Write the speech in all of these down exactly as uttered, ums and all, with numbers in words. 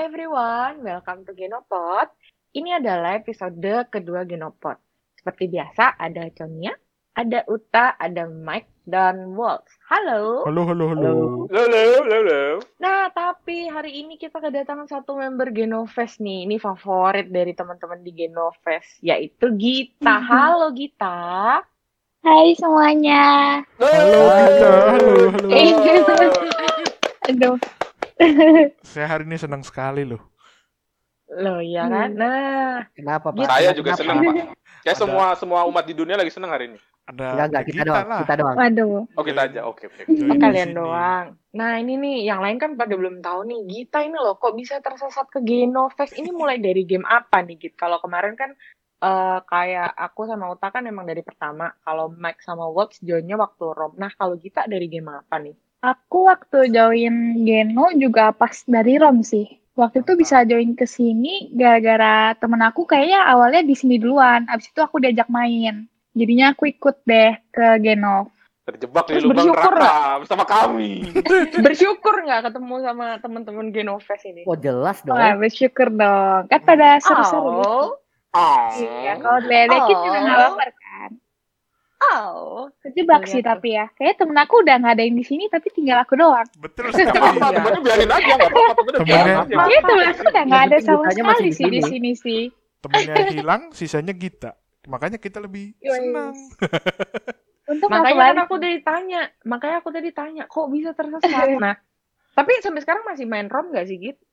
Hi everyone, welcome to Genopod. Ini adalah episode kedua Genopod. Seperti biasa, ada Conia, ada Uta, ada Mike, dan Waltz. Halo. Halo, halo, halo. Halo, halo, halo. Nah, tapi hari ini kita kedatangan satu member Genofest nih. Ini favorit dari teman-teman di Genofest, yaitu Gita. Halo, Gita. Hai semuanya. Halo, Gita. Halo, halo. Aduh. Saya hari ini senang sekali loh. Loh, ya kan? Nah, Kenapa, Pak? Saya juga Kenapa? senang, Pak. Kayak Ada- semua semua umat di dunia lagi senang hari ini. Ada Enggak, enggak, ada kita doang, lah. kita doang. Waduh. Oh, kita aja. Oke, oke. Join di kalian sini. doang. Nah, ini nih, yang lain kan pada belum tahu nih. Gita ini loh, kok bisa tersesat ke Genofest? Ini mulai dari game apa nih, Git? Kalau kemarin kan eh, kayak aku sama Uta kan emang dari pertama. Kalau Mike sama Waltz joinnya waktu ROM. Nah, kalau Gita dari game apa nih? Aku waktu join Geno juga pas dari ROM sih. Waktu itu bisa join ke sini gara-gara temen aku kayaknya awalnya di sini duluan. Abis itu aku diajak main. Jadinya aku ikut deh ke Geno. Terjebak di Terus lubang bersyukur neraka bersama kami. Bersyukur nggak ketemu sama teman-teman Genofest ini? Oh, jelas dong. Wah, bersyukur dong. Kan pada seru-seru gitu. Oh, Oh. Iya, kalau diledekin juga nggak Oh. lapar kan. oh. Kejebak Lihat sih tuh. tapi ya. Kayaknya temen aku udah nggak ada yang di sini tapi tinggal aku doang. Betul Nggak sekali. apa-apa, Iya. temennya biarin aja, nggak apa-apa, temennya biarin Temennya- aja. Kayaknya temen aku udah nggak ada Yang penting sama Gitanya masih sekali di sih di sini. sini sih. Temennya hilang, sisanya Gita. Makanya kita lebih Yoi. senang. Untung nggak Makanya kan kebalik. aku udah ditanya, makanya aku tadi tanya, kok bisa tersesat? Nah, tapi sampai sekarang masih main ROM nggak sih, Git?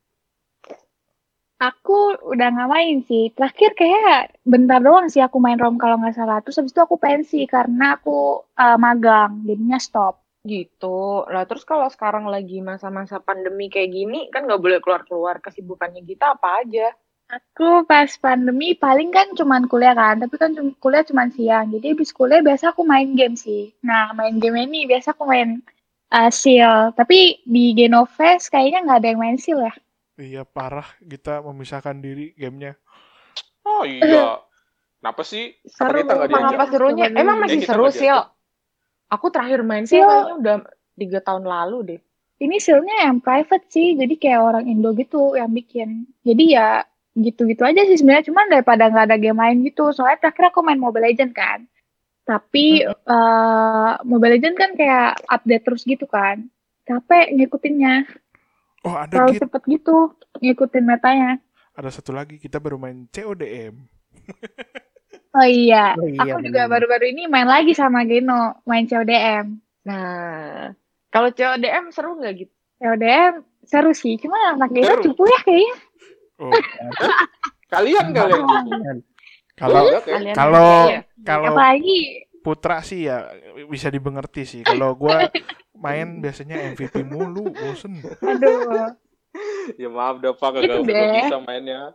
Aku udah nggak main sih. Terakhir kayak bentar doang sih aku main ROM kalau nggak salah. Terus habis itu aku pensi karena aku uh, magang, jadinya stop. Gitu. Lah terus kalau sekarang lagi masa-masa pandemi kayak gini, kan nggak boleh keluar-keluar. Kesibukannya kita apa aja? Aku pas pandemi paling kan cuman kuliah kan, tapi kan cum- kuliah cuman siang. Jadi habis kuliah biasa aku main game sih. Nah, main game ini biasa aku main uh, Seal. Tapi di Genofest kayaknya nggak ada yang main Seal ya. Iya, parah. Kita memisahkan diri gamenya. Oh iya. Kenapa sih? Apa Seru, kita nggak emang diajak? apa serunya? Coba Emang dulu. masih Ya, kita seru nggak sih. diajak. Aku terakhir main sih Seal. kayaknya udah tiga tahun lalu deh. Ini Seal-nya yang private sih, jadi kayak orang Indo gitu yang bikin. Jadi ya gitu-gitu aja sih sebenarnya, cuman daripada nggak ada game main gitu. Soalnya terakhir aku main Mobile Legends kan. Tapi eh, Mobile Legends kan kayak update terus gitu kan. Capek ngikutinnya. Oh, ada Terlalu Git. cepet gitu ngikutin metanya. Ada satu lagi, kita baru main C O D M. Oh iya, Oh iya, aku juga bener. baru-baru ini main lagi sama Geno, main C O D M. Nah, kalau C O D M seru nggak gitu? C O D M seru sih, cuma anak Geno Seru. cupu ya kayaknya. Oh, Kalian kalian. kalau Iya, oke. Kalian kalau aja, iya. kalau Apalagi Putra sih ya bisa dimengerti sih. Kalau gua main biasanya M V P mulu, bosen. aduh. Ya maaf dah, Pak, Gitu nggak deh. nggak bisa mainnya.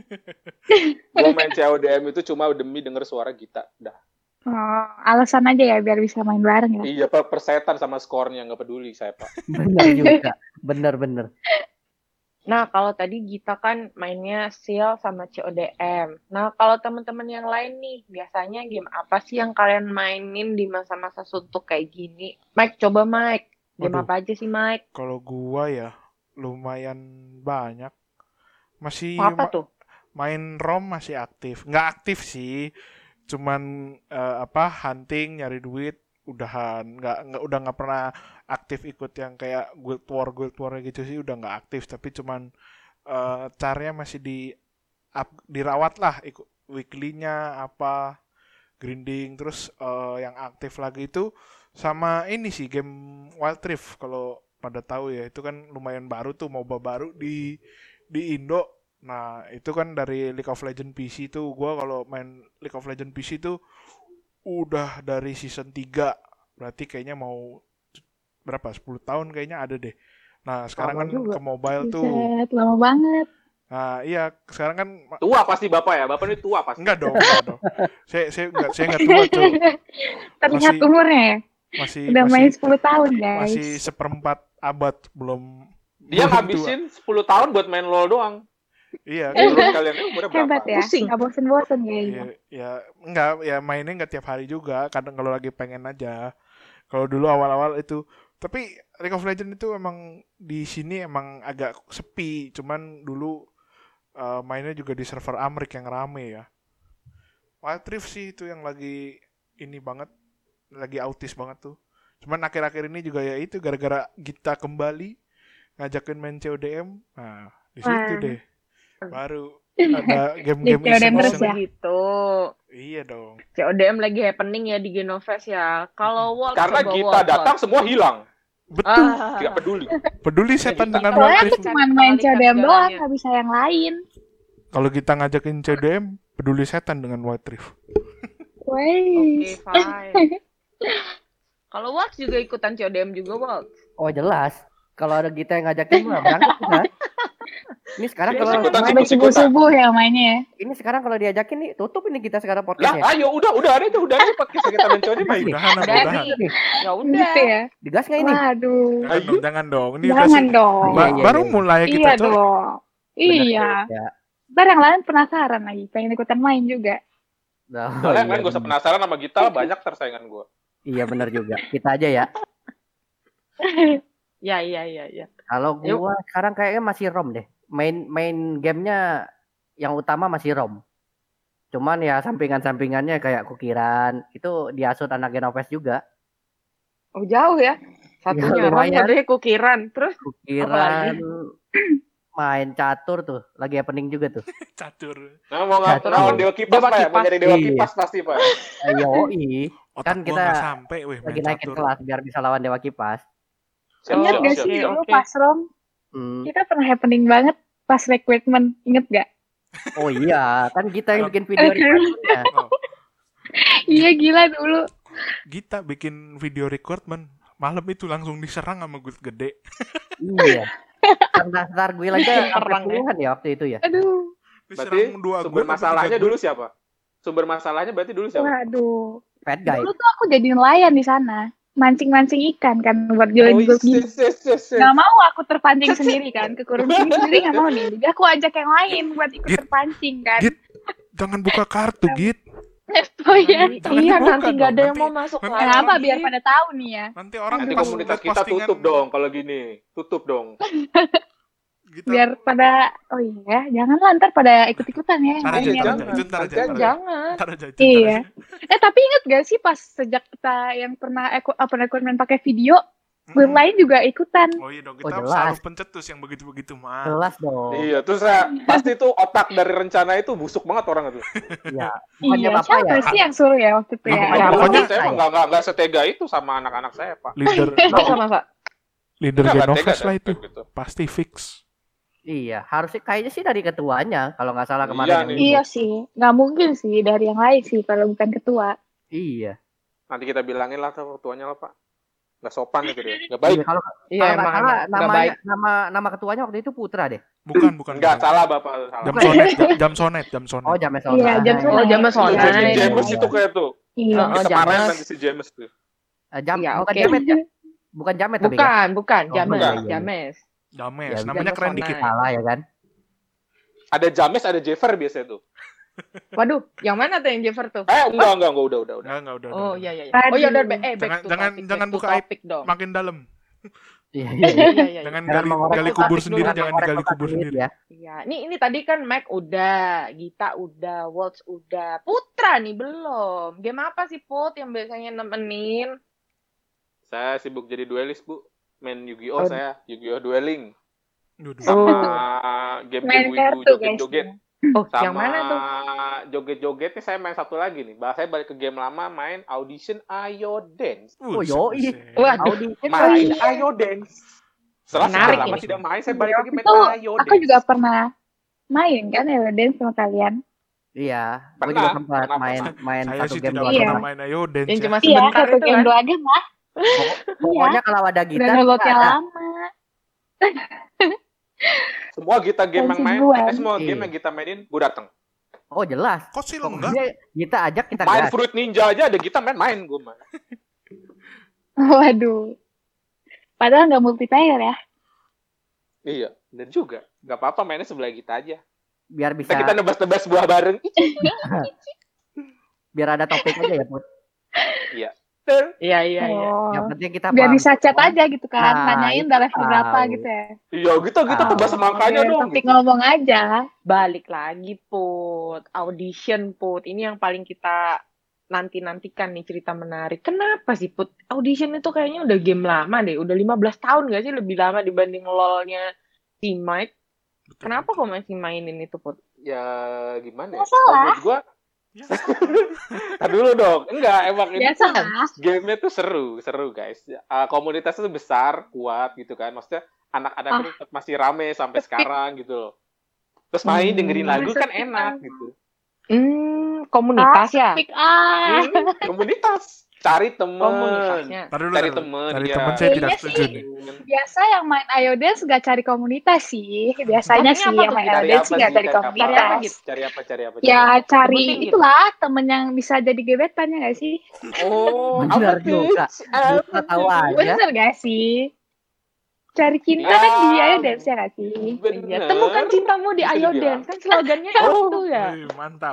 Gue main C O D M itu cuma demi denger suara Gita. Dah. Oh, alasan aja ya biar bisa main bareng ya. Iya, Pak, persetan sama skornya, nggak peduli saya, Pak. Bener juga. Bener-bener. Nah, kalau tadi Gita kan mainnya Seal sama C O D M. Nah, kalau teman-teman yang lain nih, biasanya game apa sih yang kalian mainin di masa-masa suntuk kayak gini? Mike, coba Mike. Game Waduh. apa aja sih, Mike? Kalau gua ya lumayan banyak. Masih Apa ma- tuh? main ROM masih aktif. Nggak aktif sih. Cuman eh, apa hunting, nyari duit, udahan. Nggak nggak udah nggak pernah aktif ikut yang kayak Guild War Guild War gitu sih, udah nggak aktif. Tapi cuman eh caranya masih di up, dirawat lah, ikut weekly-nya apa grinding. Terus eh, yang aktif lagi itu sama ini sih game Wild Rift, kalau pada tahu ya, itu kan lumayan baru tuh, MOBA baru di di Indo. Nah, itu kan dari League of Legends P C tuh. Gua kalau main League of Legends P C tuh udah dari season tiga. Berarti kayaknya mau berapa? sepuluh tahun kayaknya ada deh. Nah, sekarang Lama kan juga. ke mobile tuh. Buset, lama banget. Nah, iya, sekarang kan Tua pasti Bapak ya? Bapak ini tua pasti. enggak dong, enggak dong. Saya saya enggak saya enggak tua, Cuk. Terlihat Masih- umurnya ya. Masih Udah main masih sepuluh tahun guys. masih seperempat abad belum Dia belum tua. ngabisin sepuluh tahun buat main LoL doang. Iya, Menurut kalian ini umurnya berapa? Hebat ya. Pusing. Gak bosen-bosen ya, kayaknya. ya enggak, ya mainnya enggak tiap hari juga, kadang kalau lagi pengen aja. Kalau dulu awal-awal itu Tapi League of Legends itu emang di sini emang agak sepi. Cuman dulu uh, mainnya juga di server Amrik yang rame ya. Wild Rift sih itu yang lagi ini banget, lagi autis banget tuh. Cuman akhir-akhir ini juga ya itu gara-gara Gita kembali ngajakin main C O D M. Nah, di situ Wah. deh baru ada Di game-game C O D M terus iseng-iseng. ya? Gitu. Iya dong. C O D M lagi happening ya di Genofest ya. Kalau World Karena coba kita World, datang semua hilang. Betul. Ah. Tidak peduli. Peduli setan dengan Soalnya Wild aku Rift. cuma main C O D M doang, Segalanya. nggak bisa yang lain. Kalau kita ngajakin C O D M, peduli setan dengan Wild Rift. Oke, Wih. fine. Kalau World juga ikutan C O D M juga World. Oh jelas. Kalau ada kita yang ngajakin mah berangkat kita. Ini sekarang Yes, kalau ikutan Sampai subuh-subuh ya mainnya ya. ini sekarang kalau diajakin nih tutup ini kita sekarang Lah, podcastnya. ayo udah udah ada itu udah ada podcast kita main C O D M ayo. Udahan, apa, Jadi, udahan. ya udah. Gitu ya. Digas nggak ini? Waduh. Jangan dong, jangan dong. Ini udah Jangan se- dong. ba- Iya, iya, baru iya. mulai kita Iya coy. dong. Iya. Ya. Ntar yang lain penasaran lagi, pengen ikutan main juga. Nah, Soalnya iya, yang lain gak usah bener. penasaran sama kita lah, banyak tersaingan gue. Iya benar juga. Kita aja ya. Ya, iya, iya, iya. Kalau Yuk. gua sekarang kayaknya masih ROM deh. Main main gamenya yang utama masih ROM. Cuman ya sampingan-sampingannya kayak kukiran itu diasut anak Genofest juga. Oh, jauh ya. Satunya Ya, Ron, lumayan. satunya kukiran. Terus Kukiran main catur tuh, lagi happening juga tuh. Catur. Nah, mau Catur. nggak lawan Dewa Kipas Dewa Pak ya? Mau Kipas. nyari Dewa Iya. Kipas pasti Pak. Eh, Yoi, Otak Kan gua kita nggak sampai weh main lagi naikin catur. kelas biar bisa lawan Dewa Kipas. Siap, Ingat siap, gak siap. sih Oke, dulu oke. pas Rom, Hmm. kita pernah happening banget pas recruitment, inget gak? Oh iya, kan kita yang bikin video recordnya. Iya gila dulu. Gita bikin video recordment. Malam itu langsung diserang sama gue gede. Iya. Kan daftar gue aja sampai Perang, ya. puluhan ya waktu itu ya. Aduh, Berarti Diserang dua sumber gua apa masalahnya tiga dulu gua. siapa? Sumber masalahnya berarti dulu siapa? waduh. Bad guy. Dulu tuh aku jadi nelayan di sana, mancing-mancing ikan kan buat join Oh, grup gitu. yes, yes, yes, yes. Gak mau aku terpancing sendiri kan, kekurung sendiri gak mau nih. Jadi aku ajak yang lain buat ikut Git. terpancing kan. Git. Jangan buka kartu, Git. Oh iya. Jangan Iya, dibuka nanti dong, nggak ada yang nanti- mau masuk nanti lagi. Kenapa? orang- Biar pada tahu nih ya. Nanti orang Nanti pas komunitas lihat kita postingan tutup dong kalau gini. Tutup dong. Gitu. Biar pada, oh iya, janganlah ntar pada ikut-ikutan ya. Ntar aja, mainnya. ntar aja. Jangan. Itu ntar aja, Nanti ntar aja. Jangan. Ntar aja, itu ntar Iya. aja. Eh tapi inget gak sih pas sejak kita yang pernah eku- open recruitment pakai video, Mm-mm. grup lain juga ikutan. Oh iya dong, Oh, kita jelas. selalu pencetus yang begitu-begitu mah. Jelas dong. Iya, terus saya pasti tuh otak dari rencana itu busuk banget orang itu. Iya. Bukannya Iya, bapak siapa ya? sih yang suruh ya waktu itu ya? Nah, Pokoknya, pokoknya- pokoknya saya emang nggak nggak nggak setega itu sama anak-anak saya Pak. Leader Masa, masa. leader Nggak, nggak tega Genofest saya lah itu. kayak gitu. Pasti fix. Iya, harusnya kayaknya sih dari ketuanya kalau nggak salah Iya kemarin. yang nih. ini. Iya sih, nggak mungkin sih dari yang lain sih kalau bukan ketua. Iya. Nanti kita bilangin lah tuh ketuanya lah Pak. Nggak sopan itu dia. Nggak baik. Iya, kalau Iya, kalau nggak emang, salah emang. Nggak namanya baik. nama nama ketuanya waktu itu Putra deh. Bukan, bukan. Enggak, bukan. salah Bapak. Salah. Jam sonet, jam, jam sonet, jam sonet. Oh, James Iya, James Oh, James Itu Sonet. si Nah, James iya. itu kayak tuh. Iya. Oh, Kemarin James. nanti si James tuh. Eh, Jam, Iya, bukan oke. Jamet ya? Bukan Jamet tapi kan? Bukan, bukan. Oh, James, bukan. James. James, Ya, namanya James keren Sonet. dikit. Salah ya kan? Ada James, ada Jeffer biasanya tuh. Waduh, yang mana tuh yang Jeffer tuh? Eh, enggak, enggak, enggak, udah, udah, udah. Enggak, enggak udah. Oh, udah. iya, iya. iya. Oh, ya udah, eh, back Jangan- to jangan- topic, jangan back to buka topic dong. Makin dalam. Iya, Iya, iya. iya, iya. Jangan Jangan gali, mengorek gali topik kubur dulu, sendiri, jangan jangan Mengorek digali otak kubur sendiri sendiri. ya. Iya, ini ini tadi kan Mac udah, Gita udah, Worlds udah, Putra nih belum. Game apa sih Put yang biasanya nemenin? Saya sibuk jadi duelis, Bu. Main Yu-Gi-Oh Oh. saya, Yu-Gi-Oh dueling. Duduh. Sama Oh. game-game Main wibu kartu guys. joget-joget. Oh, Sama yang mana tuh? joget-joget nih saya main satu lagi nih. Bahas saya balik ke game lama main Audition Ayo Dance. Oh, Buset, yoi. buset. Waduh. Audition Main kali. Ayo Dance. Setelah Menarik sekian lama ini. tidak main, saya balik lagi main Itu Ayo aku Dance. juga pernah main kan ya dance sama kalian. Iya, gue Pernah, juga sempat pernah, main pernah. main Saya satu sih game tidak doang. Iya. pernah main Ayo Dance Yang ya. cuma Iya, sebentar satu itu game kan? doang aja mah. Pokoknya kalau ada Udah gitar, download yang ada. lama. Semua kita game yang main, Konsibuan. eh, semua game Iya. yang kita mainin, gue dateng. Oh jelas. Kok sih lo enggak? Pokoknya kita ajak kita Main gas. Fruit Ninja aja ada kita main-main gue main. Waduh. Padahal nggak multiplayer ya. Iya, bener juga. Gak apa-apa mainnya sebelah kita aja. Biar bisa, Kita, kita nebas-nebas buah bareng. biar ada topik aja ya Put. Iya, iya, iya. Oh. Yang penting kita Biar paham bisa chat semua. aja gitu kan, Nah, nanyain itu udah level berapa tahu. gitu ya. Iya, kita kita Tahu. bahas makanya Biar dong. topik Gitu. ngomong aja. Balik lagi, Put. Audition, Put. Ini yang paling kita nanti-nantikan nih, cerita menarik. Kenapa sih, Put? Audition itu kayaknya udah game lama deh. Udah lima belas tahun gak sih? Lebih lama dibanding LOL-nya si Mike. Betul, Kenapa betul. kok masih mainin itu, Put? Ya gimana ya? Nggak salah. Kalau menurut gua, Ya, tar dulu dong. Enggak, emang ini Biasa tuh lah. gamenya tuh seru, seru guys. Uh, komunitas itu besar, kuat gitu kan. Maksudnya anak-anak Ah. itu tetap masih rame sampai sekarang gitu loh. Terus main Hmm. dengerin lagu kan Sepi enak banget. gitu. Hmm, komunitas ya? Pick ah. Hmm, komunitas, cari temen, Komunitasnya. Tar dulu, cari tar dulu. temen. Cari ya. teman saya tidak Kayaknya setuju sih. nih. Biasa yang main Ayo Dance gak cari komunitas sih. Biasanya Carinya sih apa yang tuh, main Gita? Ayo Cari Dance apa sih gak sih? cari Cari apa? Cari apa, komunitas. Git? Cari apa? Cari apa? Cari Ya apa? cari Sebutin, Git. itulah temen yang bisa jadi gebetan ya gak sih? Oh, Benar apa tuh? juga. Apa Lupa tahu tuh? aja. Bener gak sih? Cari cinta Ya, kan di Ayo Dance ya gak sih? bener. Iya, temukan cintamu di Bisa Ayo dibilang. Dance. Kan slogannya Oh. itu ya. Wih, mantap.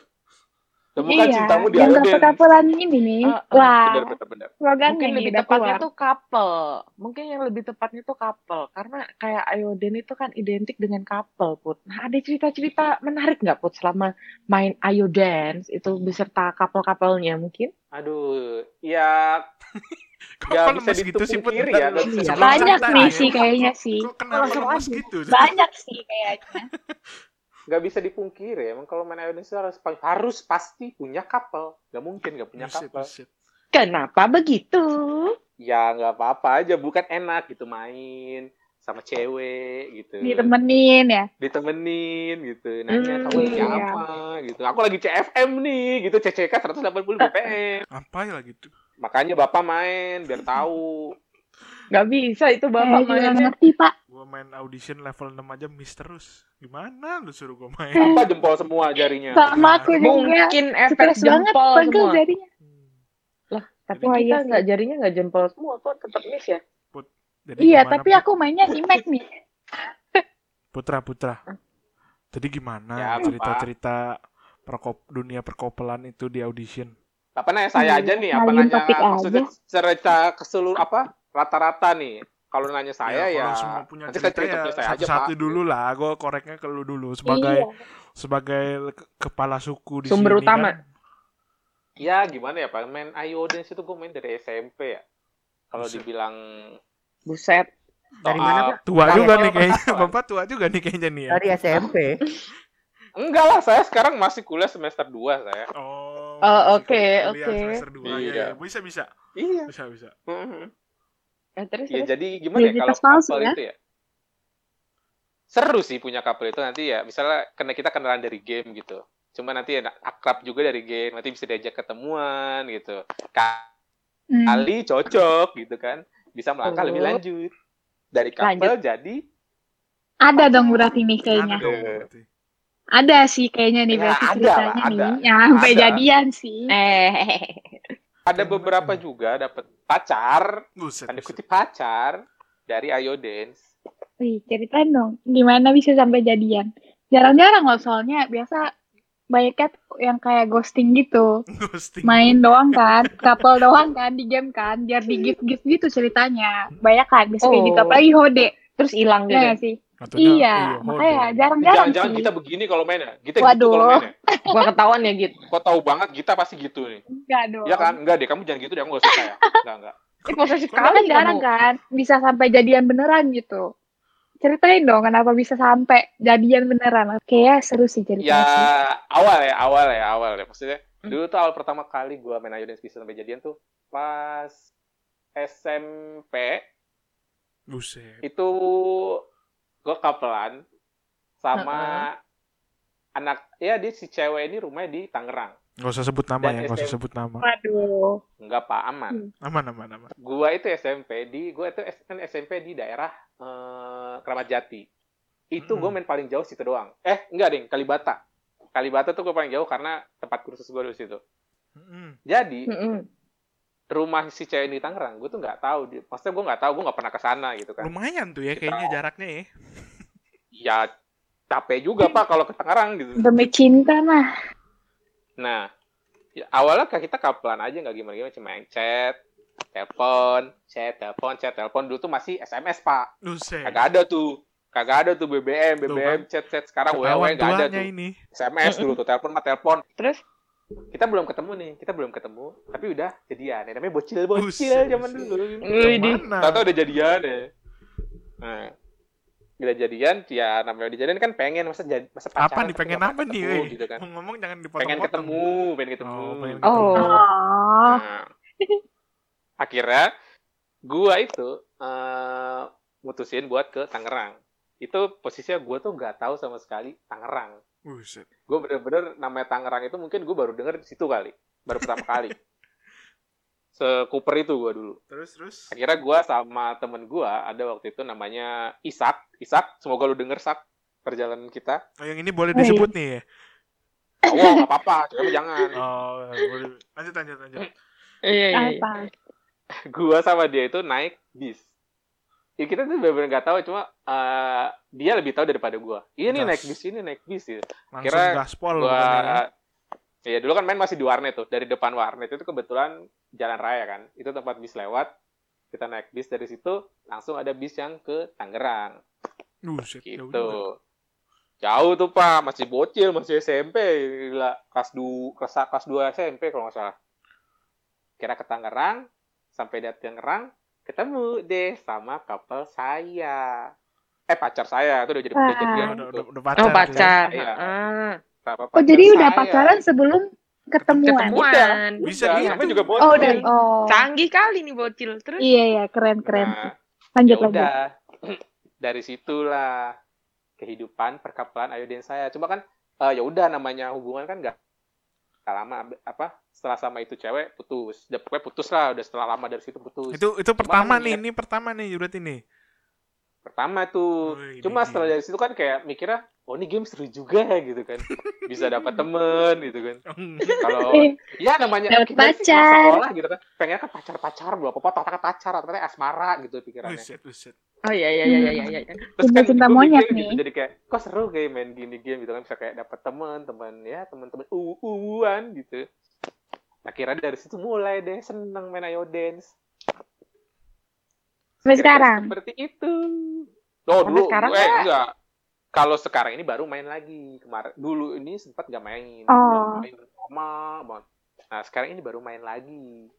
Temukan Iya, cintamu di yang Ayo Dance. couple-couplean ini nih. Uh, uh. Wah, Bener, bener, bener. slogannya Mungkin nih lebih udah tepatnya keluar. tuh couple. Mungkin yang lebih tepatnya tuh couple. Karena kayak Ayoden itu kan identik dengan couple, Put. Nah, ada cerita-cerita menarik nggak, Put, selama main Ayo Dance itu beserta couple-couplenya mungkin? Aduh, ya Kok nggak kok bisa lemes gitu sih, Put? dipungkiri Bentar, ya. nggak bisa Iya, sebelum dipungkiri. banyak cerita nih nih. sih kayaknya sih. Kok kenapa Langsung lemes aja. gitu? Banyak sih kayaknya. Nggak bisa dipungkiri. Emang kalau main Ayo Dance harus, harus pasti punya couple. Nggak mungkin nggak punya Buset, couple. buset. Kenapa begitu? Ya nggak apa-apa aja. Bukan enak gitu main sama cewek gitu. Ditemenin ya. Ditemenin gitu. Nanya Hmm, kamu lagi iya. apa gitu. Aku lagi C F M nih gitu. C C K seratus delapan puluh B P M. Apa ya gitu? Makanya bapak main biar tahu. Nggak bisa itu Saya bapak juga mainnya. ngerti pak. Gua main audition level enam aja miss terus. Gimana lu suruh gua main? Apa jempol semua jarinya. Sama aku juga. Mungkin efek Stres banget jempol pegel semua. jadinya. Hmm. Tapi Wah, kita iya sih. nggak jarinya nggak jempol semua, kok tetap miss ya. Jadi Iya, gimana, tapi Put? aku mainnya di Mac nih. Putra Putra. Jadi gimana Ya, Bapak. cerita-cerita perkop dunia perkopelan itu di audition? Apa nanya saya aja nih, apa Ngalihin nanya topik maksudnya cerita keseluruh apa rata-rata nih. Kalau nanya saya ya, kalau semua punya nanti saya cerita cerita ya punya saya aja, satu-satu Pak. dulu lah. Gue koreknya ke lu dulu sebagai Iya. sebagai ke- kepala suku di Sumber sini utama. kan. Ya gimana ya Pak, main Ayo Dance itu gue main dari S M P ya. Kalau Buset. dibilang Buset. Dari soal- mana, Pak? Tua Kalau- juga kalau nih kayaknya. perkapalan. Bapak tua juga nih kayaknya nih ya. Dari S M P. Enggak lah, saya sekarang masih kuliah semester dua saya. Oh. Oh, masih oke, kuliah oke. semester dua. Iya. Ya, ya. Bisa bisa. Iya. Bisa bisa. Mhm. Eh, terus, Iya, terus. jadi gimana ya kalau Identitas palsu couple ya? itu ya? Seru sih punya couple itu nanti ya. Misalnya karena kita kenalan dari game gitu. Cuma nanti ya akrab juga dari game, nanti bisa diajak ketemuan gitu. Hmm. Kali cocok gitu kan. Bisa melangkah Oh. lebih lanjut. Dari couple jadi Ada dong berarti nih Ada kayaknya. dong berarti. Ada sih kayaknya nih Ya, berarti ada ceritanya lah, ada. nih. Ya, sampai Ada. jadian sih. Eh, ada Kan beberapa macam- juga dapat pacar, Buset. tanda buset. kutip pacar dari Ayo Dance. Wih, ceritain dong. Gimana bisa sampai jadian? Jarang-jarang loh soalnya. Biasa banyaknya tuh yang kayak ghosting gitu. Ghosting. Main doang kan. Couple doang kan di game kan. Biar di gift-gift gitu ceritanya. Banyak kan. Biasa kayak Oh. gitu. Apalagi Hode. terus hilang Ya gitu. nggak sih? Katanya, Iya. hode. Makanya jarang-jarang Jangan-jangan sih. kita begini kalau main ya? Kita gitu Waduh. kalau main ya? Gua ketahuan ya gitu. Kok tahu banget kita pasti gitu nih. Enggak dong. Iya kan? Enggak deh, kamu jangan gitu deh, aku gak suka ya. Enggak, enggak. Ini posesif Karena kan kali jarang kamu. kan. Bisa sampai jadian beneran gitu. Ceritain dong kenapa bisa sampai jadian beneran. Kayaknya seru sih Ya ceritanya sih. awal ya, awal ya, awal ya. Maksudnya Hmm. dulu tuh awal pertama kali gua main Ayo Dance bisa sampai jadian tuh pas S M P Buset. itu gua kapelan sama anak ya dia si cewek ini rumahnya di Tangerang. Gak usah sebut nama Dan ya, gak usah S M P. sebut nama. Waduh. Enggak Pak, aman. Hmm. Aman, aman, aman. Gua itu S M P di gua itu S- kan S M P di daerah eh, Kramat Jati. Itu Hmm. gua main paling jauh situ doang. Eh, enggak ding, Kalibata. Kalibata tuh gua paling jauh karena tempat kursus gua di situ. Mm-mm. Jadi, Mm-mm. rumah si cewek di Tangerang, gua tuh nggak tahu. Di- Maksudnya gua nggak tahu, gua nggak pernah ke sana gitu kan. Lumayan tuh ya kayaknya jaraknya ya. Ya capek juga Pak kalau ke Tangerang gitu. Demi cinta mah. Nah, Ya, awalnya kayak kita kapelan aja nggak gimana-gimana, cuma yang chat, telepon, chat, telepon, chat, telepon. Dulu tuh masih S M S Pak, Buset. kagak ada tuh, kagak ada tuh B B M, B B M, chat, chat. Sekarang W W Ketahuan nggak ada tuanya tuh. ini. S M S dulu tuh, telepon mah telepon. Terus Kita belum ketemu nih, kita belum ketemu, tapi udah jadian. Ya, namanya bocil, bocil Buset, zaman buset. dulu. Widih. Mana? Tahu udah jadian ya. Nah, udah jadian, ya namanya udah jadian kan pengen masa jadi masa pacaran. Apa nih tapi pengen nggak apa nih, ketemu, weh? gitu kan. Ngomong jangan dipotong-potong. Pengen ketemu, pengen ketemu. Oh, pengen Oh. ketemu. Oh. Nah, akhirnya gua itu eh, mutusin buat ke Tangerang. Itu posisinya gua tuh nggak tahu sama sekali Tangerang. Buset. Gue bener-bener namanya Tangerang itu mungkin gue baru denger di situ kali, baru pertama kali. Sekuper itu gue dulu. Terus terus. Akhirnya gue sama temen gue ada waktu itu namanya Isak. Isak, semoga lu denger Sak perjalanan kita. Oh, yang ini boleh Wih. disebut nih ya? Oh, nggak apa-apa, cuma jangan. Oh, boleh. Lanjut lanjut lanjut. iya iya. iya. Apa? Gue sama dia itu naik bis. Ya, kita tuh bener-bener nggak tahu, cuma eh, dia lebih tahu daripada gue. Ini Gas. naik bis, ini naik bis. Gitu. Langsung Kira gaspol Gua, pokoknya ya. ya dulu kan main masih di warnet tuh. Dari depan warnet itu kebetulan jalan raya kan. Itu tempat bis lewat. Kita naik bis dari situ, langsung ada bis yang ke Tangerang. Buset, jauh Gitu. juga. Jauh tuh Pak, masih bocil, masih S M P. Gila, kelas dua, kelas, kelas dua S M P kalau nggak salah. Kira ke Tangerang, sampai di Tangerang, ketemu deh sama couple saya. Eh, pacar saya. Itu udah jadi udah Wah. jadian Udah, gitu. udah, udah pacar. Oh tuh. pacar. Iya. Heeh. Sama Oh pacar jadi udah saya. pacaran sebelum ketemuan. Ketemuan. Bisa Udah, gitu. namanya juga bocil. Oh udah. Oh. Canggih kali nih bocil. Terus Iya ya keren keren. Nah, Lanjut ya lanjut. udah. Dari situlah kehidupan perkapelan Ayo Den saya. Cuma kan eh, ya udah namanya hubungan kan nggak nggak lama apa setelah sama itu cewek putus. Udah pokoknya putus lah, udah setelah lama dari situ putus. Itu itu pertama kan nih, niat- ini pertama nih berarti nih. Pertama tuh. Wih, Cuma ini setelah dari situ kan kayak mikirnya, oh ini game seru juga ya gitu kan. Bisa dapat temen gitu kan. Kalau Eh, ya namanya Dapat kita sih kelas pacar. sekolah gitu kan. Pengen kan pacar-pacar, belum apa-apa, tata pacar, ternyata asmara gitu pikirannya. Buset, buset. oh iya iya iya iya iya. iya. Terus kan Cinta-cinta gua monyet mikir nih. gitu, jadi kayak kok seru kayak main gini game gitu kan, bisa kayak dapat teman teman ya teman-teman uuan gitu. Akhirnya dari situ mulai deh seneng main Ayo Dance. Sampai Kira-kira sekarang. seperti itu. Oh Sampai dulu sekarang eh nggak? enggak. Kalau sekarang ini baru main lagi. Kemarin dulu ini sempat nggak main. Oh. Main lama banget. Nah sekarang ini baru main lagi.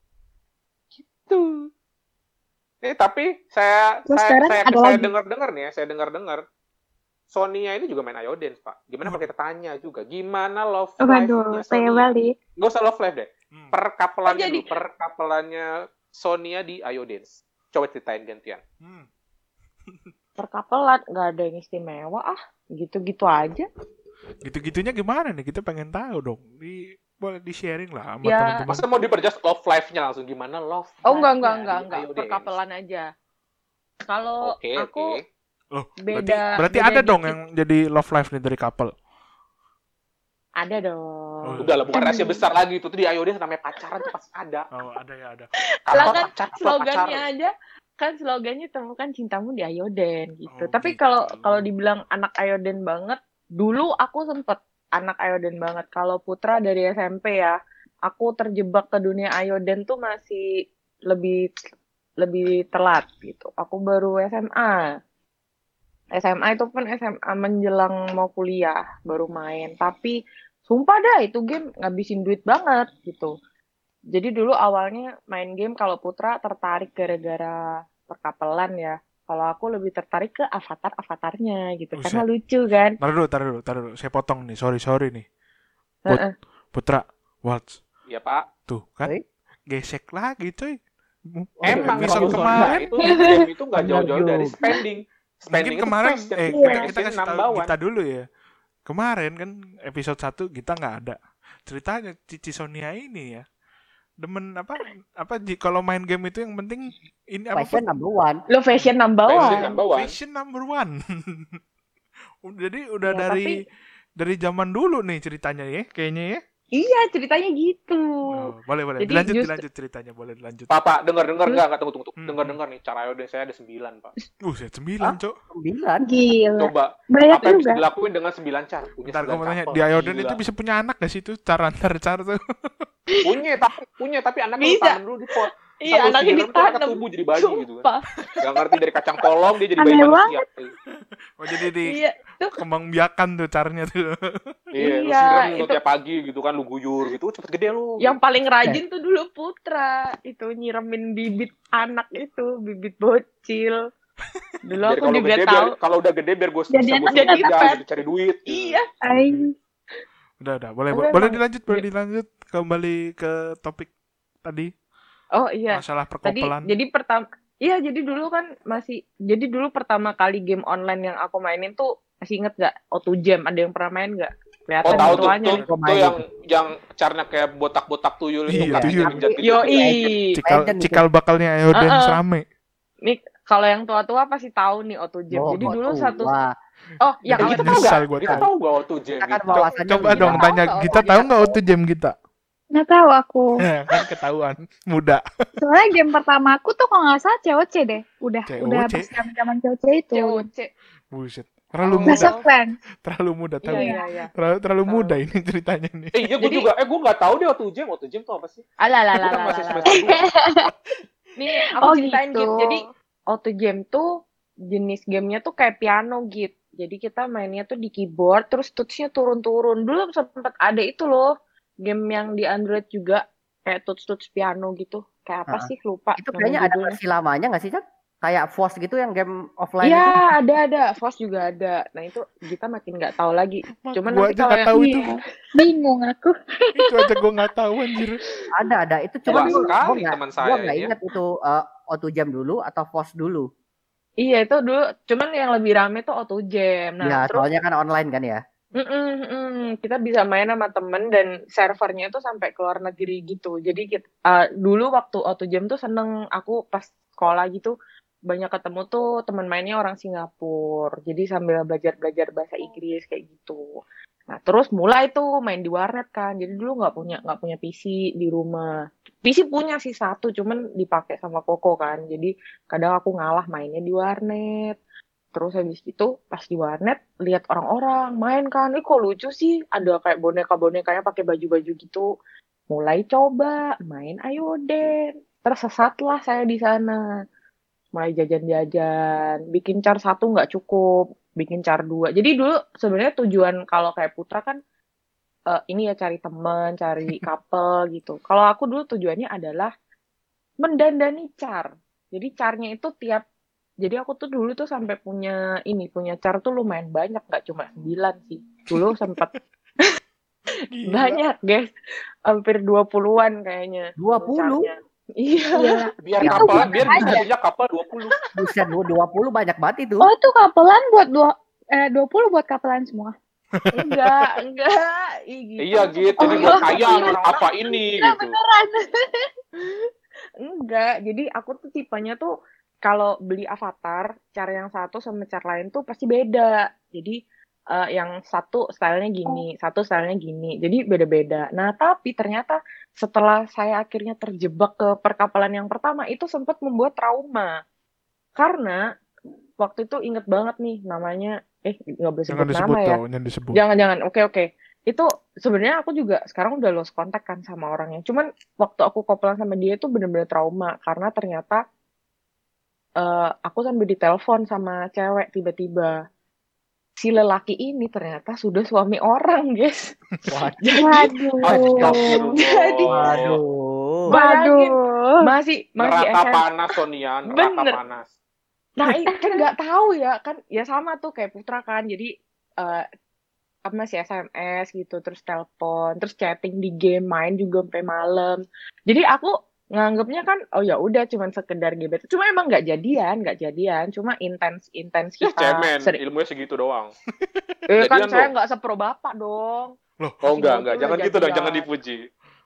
Gitu. Eh tapi saya Terus saya sekarang saya, ada saya lagi? dengar-dengar nih ya, saya dengar-dengar Sonia ini juga main Ayo Dance, Pak. Gimana Hmm. pakai tanya juga. Gimana love Waduh, life-nya saya Sonia? balik. Nggak usah love life deh. Hmm. Perkapelannya Oh, jadi- dulu, perkapelannya Sonia di Ayo Dance. Coba ceritain gantian. Hmm. Perkapelan nggak ada yang istimewa ah. Gitu-gitu aja. Gitu-gitunya gimana nih? Kita pengen tahu dong. Di boleh di-sharing lah sama Ya. teman-teman. Masa mau diperjelas love life-nya langsung gimana love? Oh enggak enggak life-nya enggak di enggak. Ayo Dance? Perkapelan aja. Kalau Oke, aku oke. Loh, beda- berarti, berarti beda ada dong dikit. yang jadi love life nih dari couple. ada dong. Oh, Udah lah, bukan rahasia besar lagi. Itu tuh di Ayo Dance namanya pacaran tuh pasti ada. Oh, ada ya ada. Lah Couple kan pacar, couple slogannya pacar. aja kan slogannya temukan cintamu di Ayoden gitu. Oh, Tapi gitu. kalau kalau dibilang anak Ayoden banget, dulu aku sempet anak Ayoden banget. Kalau Putra dari S M P ya, aku terjebak ke dunia Ayoden tuh masih lebih lebih telat gitu. Aku baru S M A. S M A itu pun S M A menjelang mau kuliah baru main. Tapi sumpah dah itu game ngabisin duit banget gitu. Jadi dulu awalnya main game kalau Putra tertarik gara-gara perkapelan ya. Kalau aku lebih tertarik ke avatar-avatarnya gitu. Buset. Karena lucu kan. Tar dulu, tar dulu, tar dulu. Saya potong nih. Sorry, sorry nih. Put- Heeh. Putra, Waltz. Iya, Pak. Tuh, kan? Baik. Gesek lagi, coy. Emang episode kalau kemarin. Sonia itu game itu nggak Benar jauh-jauh dari juga. spending. Mungkin Spending itu kemarin, fashion. eh, Iya. kita, kita Fashion kasih tahu number one. kita dulu ya. Kemarin kan episode satu kita nggak ada. Ceritanya Cici Sonia ini ya. Demen apa apa ji- kalau main game itu yang penting ini apa Fashion number one. Lo fashion number Fashion one. number one. fashion number one. Jadi udah Ya, dari tapi- dari zaman dulu nih ceritanya ya, kayaknya ya. Iya, ceritanya gitu. Oh, boleh boleh. Jadi Dilanjut just- dilanjut ceritanya, boleh dilanjut. Pak, Pak, dengar dengar Terus- enggak enggak tunggu tunggu. Hmm. Dengar dengar nih cara Ayoden saya ada sembilan, Pak. Uh, saya sembilan, Cok. Sembilan. Gila. Coba Banyak apa yang bisa juga. dilakuin dengan sembilan car? Punya Bentar, gue sembilan mau tanya, couple. di Ayoden Gila. itu bisa punya anak gak sih itu? Cara antar cara tuh. Punya tapi punya tapi anaknya Bisa. tanam dulu di pot. Iya, Sampai anaknya usia enam tuh anaknya ditanam. tumbuh jadi bayi gitu kan. Sumpah. Gak ngerti dari kacang polong dia jadi bayi Aneh manusia. Oh, jadi di Iya, tuh kembang biakan tuh caranya tuh. Iya, lu Iya, siram lu itu- tiap pagi gitu kan, lu guyur gitu, cepet gede lu. yang paling rajin tuh dulu Putra. Itu nyiremin bibit anak itu, bibit bocil. Dulu Biar aku kalau juga gede tahu. biar kalau udah gede biar gue bisa Jadi gue anak suruh jadi kerja anak gitu, cari duit. gitu. Iya. Ay, Udah udah, boleh Tapi boleh emang- dilanjut, boleh dilanjut kembali ke topik tadi Oh iya. masalah Tadi perkopelan. jadi pertama Iya, jadi dulu kan masih jadi dulu pertama kali game online yang aku mainin tuh masih inget gak? O two Jam, ada yang pernah main gak? Oh Kelihatan tahu tuh, tuanya tuh, nih. Gua tuh main yang yang caranya kayak botak-botak tuyul itu Iya, kan. tuyul. Yoi. Cikal Legend itu. cikal bakalnya Ayoden Uh-uh. serame. Nih kalau yang tua-tua pasti tahu nih O two Jam. Oh, jadi gua dulu tua. satu Oh, yang Eh, awet kita tahu Nyesal nggak? gua Kita tahu. tahu nggak waktu jam Kita kan gitu? wawasannya Coba lebih dong tahu tanya, nggak kita waktu tahu jam? nggak waktu jam kita? nggak tahu aku. Kan ketahuan, muda. Soalnya game pertama aku tuh kalau nggak salah C O C deh. Udah, C O C? udah pas zaman C O C itu. C O C. Buset. Terlalu Oh. muda, Clash of Clans. terlalu muda tahu. Iya, iya, iya. Terlalu, terlalu Tahu. muda ini ceritanya nih. Eh iya gue Jadi- juga, eh gue nggak tahu deh waktu jam, waktu jam tuh apa sih? Alah, lah, Gue lah, kan lah, masih lah, semester lah. dua. Nih, aku Oh, ceritain gitu. gitu. Jadi O two Jam tuh jenis gamenya tuh kayak piano gitu. Jadi kita mainnya tuh di keyboard, terus touch-nya turun-turun. Dulu sempet ada itu loh, game yang di Android juga kayak touch-touch piano gitu. Kayak apa Ah. sih? Lupa. Itu nama kayaknya ada judulnya. versi lamanya nggak sih, Cak? Kayak Force gitu yang game offline Iya, itu. ada ada. Force juga ada. Nah, itu kita makin nggak tahu lagi. Cuman Gua nanti aja kalau nggak yang tahu itu. Iya. Bingung aku. Itu aja gue nggak tahu anjir. Ada, ada. Itu Wah, cuma gua- sekali gua nggak- teman gua saya nggak ini ya. ingat itu uh, O two Jam dulu atau Force dulu. Iya, itu dulu. Cuman yang lebih rame tuh O two Jam. Nah, ya, terus soalnya kan online kan ya. Mm-mm, mm-mm. kita bisa main sama temen dan servernya itu sampai ke luar negeri gitu. Jadi kita, uh, dulu waktu O two Jam tuh seneng, aku pas sekolah gitu banyak ketemu tuh temen mainnya orang Singapura. Jadi sambil belajar-belajar bahasa Inggris kayak gitu. Nah terus mulai tuh main di warnet kan. Jadi dulu nggak punya nggak punya P C di rumah. P C punya sih satu, cuman dipakai sama Koko kan. Jadi kadang aku ngalah mainnya di warnet. Terus habis itu pas di warnet lihat orang-orang main kan, ih kok lucu sih, ada kayak boneka-bonekanya pakai baju-baju gitu. Mulai coba main Ayoden, tersesatlah saya di sana. Mulai jajan-jajan, bikin car satu nggak cukup, bikin car dua. Jadi dulu sebenarnya tujuan kalau kayak Putra kan eh, ini ya cari teman, cari couple gitu. Kalau aku dulu tujuannya adalah mendandani car. Jadi carnya itu tiap jadi aku tuh dulu tuh sampai punya ini, punya car tuh lumayan banyak, nggak cuma sembilan sih. Dulu sempat Gila. banyak, guys. Hampir dua puluhan kayaknya. dua puluh? carnya. Iya. Iya. Biar Ya, kapal, bukan biar bisa aja. punya kapal dua puluh. Buset, dua puluh banyak banget itu. Oh, itu kapelan buat dua eh dua puluh buat kapelan semua. Enggak, enggak. Ih, gitu. Iya gitu, Oh, ini buat iya. kaya apa ini gitu. Enggak. Jadi aku tuh tipenya tuh kalau beli avatar, cara yang satu sama cara lain tuh pasti beda. Jadi eh, yang satu stylenya gini, satu stylenya gini. Jadi beda-beda. Nah, tapi ternyata setelah saya akhirnya terjebak ke perkapalan yang pertama, itu sempat membuat trauma. Karena waktu itu inget banget nih namanya, eh nggak boleh Jangan sebut disebut nama ya. tau, jangan disebut. Jangan-jangan, oke oke. Itu sebenarnya aku juga sekarang udah lost kontak kan sama orangnya. Cuman waktu aku kopelan sama dia itu bener-bener trauma karena ternyata eh, aku sambil ditelepon sama cewek tiba-tiba. Si lelaki ini ternyata sudah suami orang, guys. Waduh. Astagfirullah. Jadi- Waduh. Bayangin, Waduh. masih masih Neraka S M P. panas Sonia, neraka Bener. panas. Nah, ini kan nggak tahu ya kan, ya sama tuh kayak Putra kan. Jadi eh apa masih S M S gitu, terus telepon, terus chatting di game, main juga sampai malam. Jadi aku nganggapnya kan, oh ya udah cuman sekedar gebet. Cuma emang nggak jadian, nggak jadian. Cuma intens intens Ya kita. cemen, sering- ilmunya segitu doang. Eh, kan jadian saya dong. nggak sepro bapak dong. Loh, Oh enggak, dua enggak, puluh jangan gitu dong, jadian. jangan dipuji.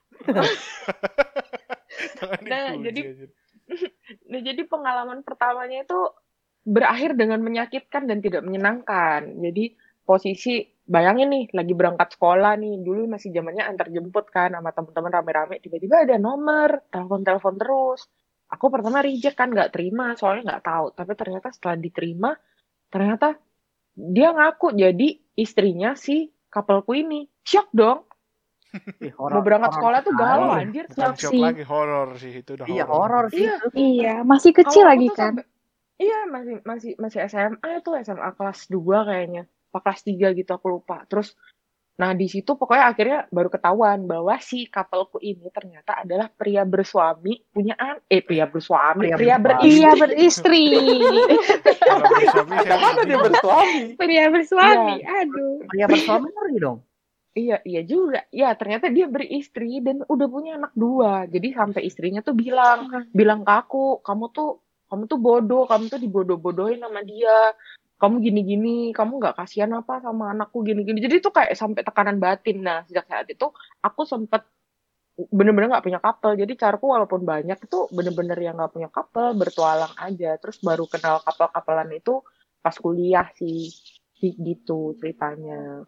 jangan Nah, dipuji, jadi- anjir. Nah, jadi pengalaman pertamanya itu berakhir dengan menyakitkan dan tidak menyenangkan. Jadi posisi bayangin nih, lagi berangkat sekolah nih, dulu masih zamannya antar jemput kan sama teman-teman rame-rame, tiba-tiba ada nomor, telepon-telepon terus. Aku pertama reject kan, nggak terima, soalnya nggak tahu. Tapi ternyata setelah diterima, ternyata dia ngaku jadi istrinya si coupleku ini. Shock dong. Ih, Mau horor, berangkat horor sekolah tuh sekali. galau Horor. anjir. Bukan Shock shock sih. lagi, horor sih itu udah Iya, horor. horor sih Iya. itu. Iya, masih kecil Kalau aku lagi tuh kan. sampai, iya masih masih masih S M A itu S M A kelas dua kayaknya. Apa kelas tiga gitu aku lupa. Terus nah di situ pokoknya akhirnya baru ketahuan bahwa si coupleku ini ternyata adalah pria bersuami, punya an eh pria bersuami, Pria pria bersuami. Iya, beristri. beristri. Kalau bersuami saya Mana dia bingung. bersuami? Pria bersuami. Aduh. Pria bersuami ngeri dong. Iya, iya juga. Ya, ternyata dia beristri dan udah punya anak dua. Jadi sampai istrinya tuh bilang, bilang ke aku, kamu tuh kamu tuh bodoh, kamu tuh dibodoh-bodohin sama dia. Kamu gini-gini, kamu nggak kasihan apa sama anakku gini-gini. Jadi tuh kayak sampai tekanan batin. Nah, sejak saat itu aku sempet bener-bener nggak punya couple. Jadi caraku walaupun banyak itu bener-bener yang nggak punya couple, bertualang aja. Terus baru kenal couple-couplean itu pas kuliah sih. Sih gitu ceritanya.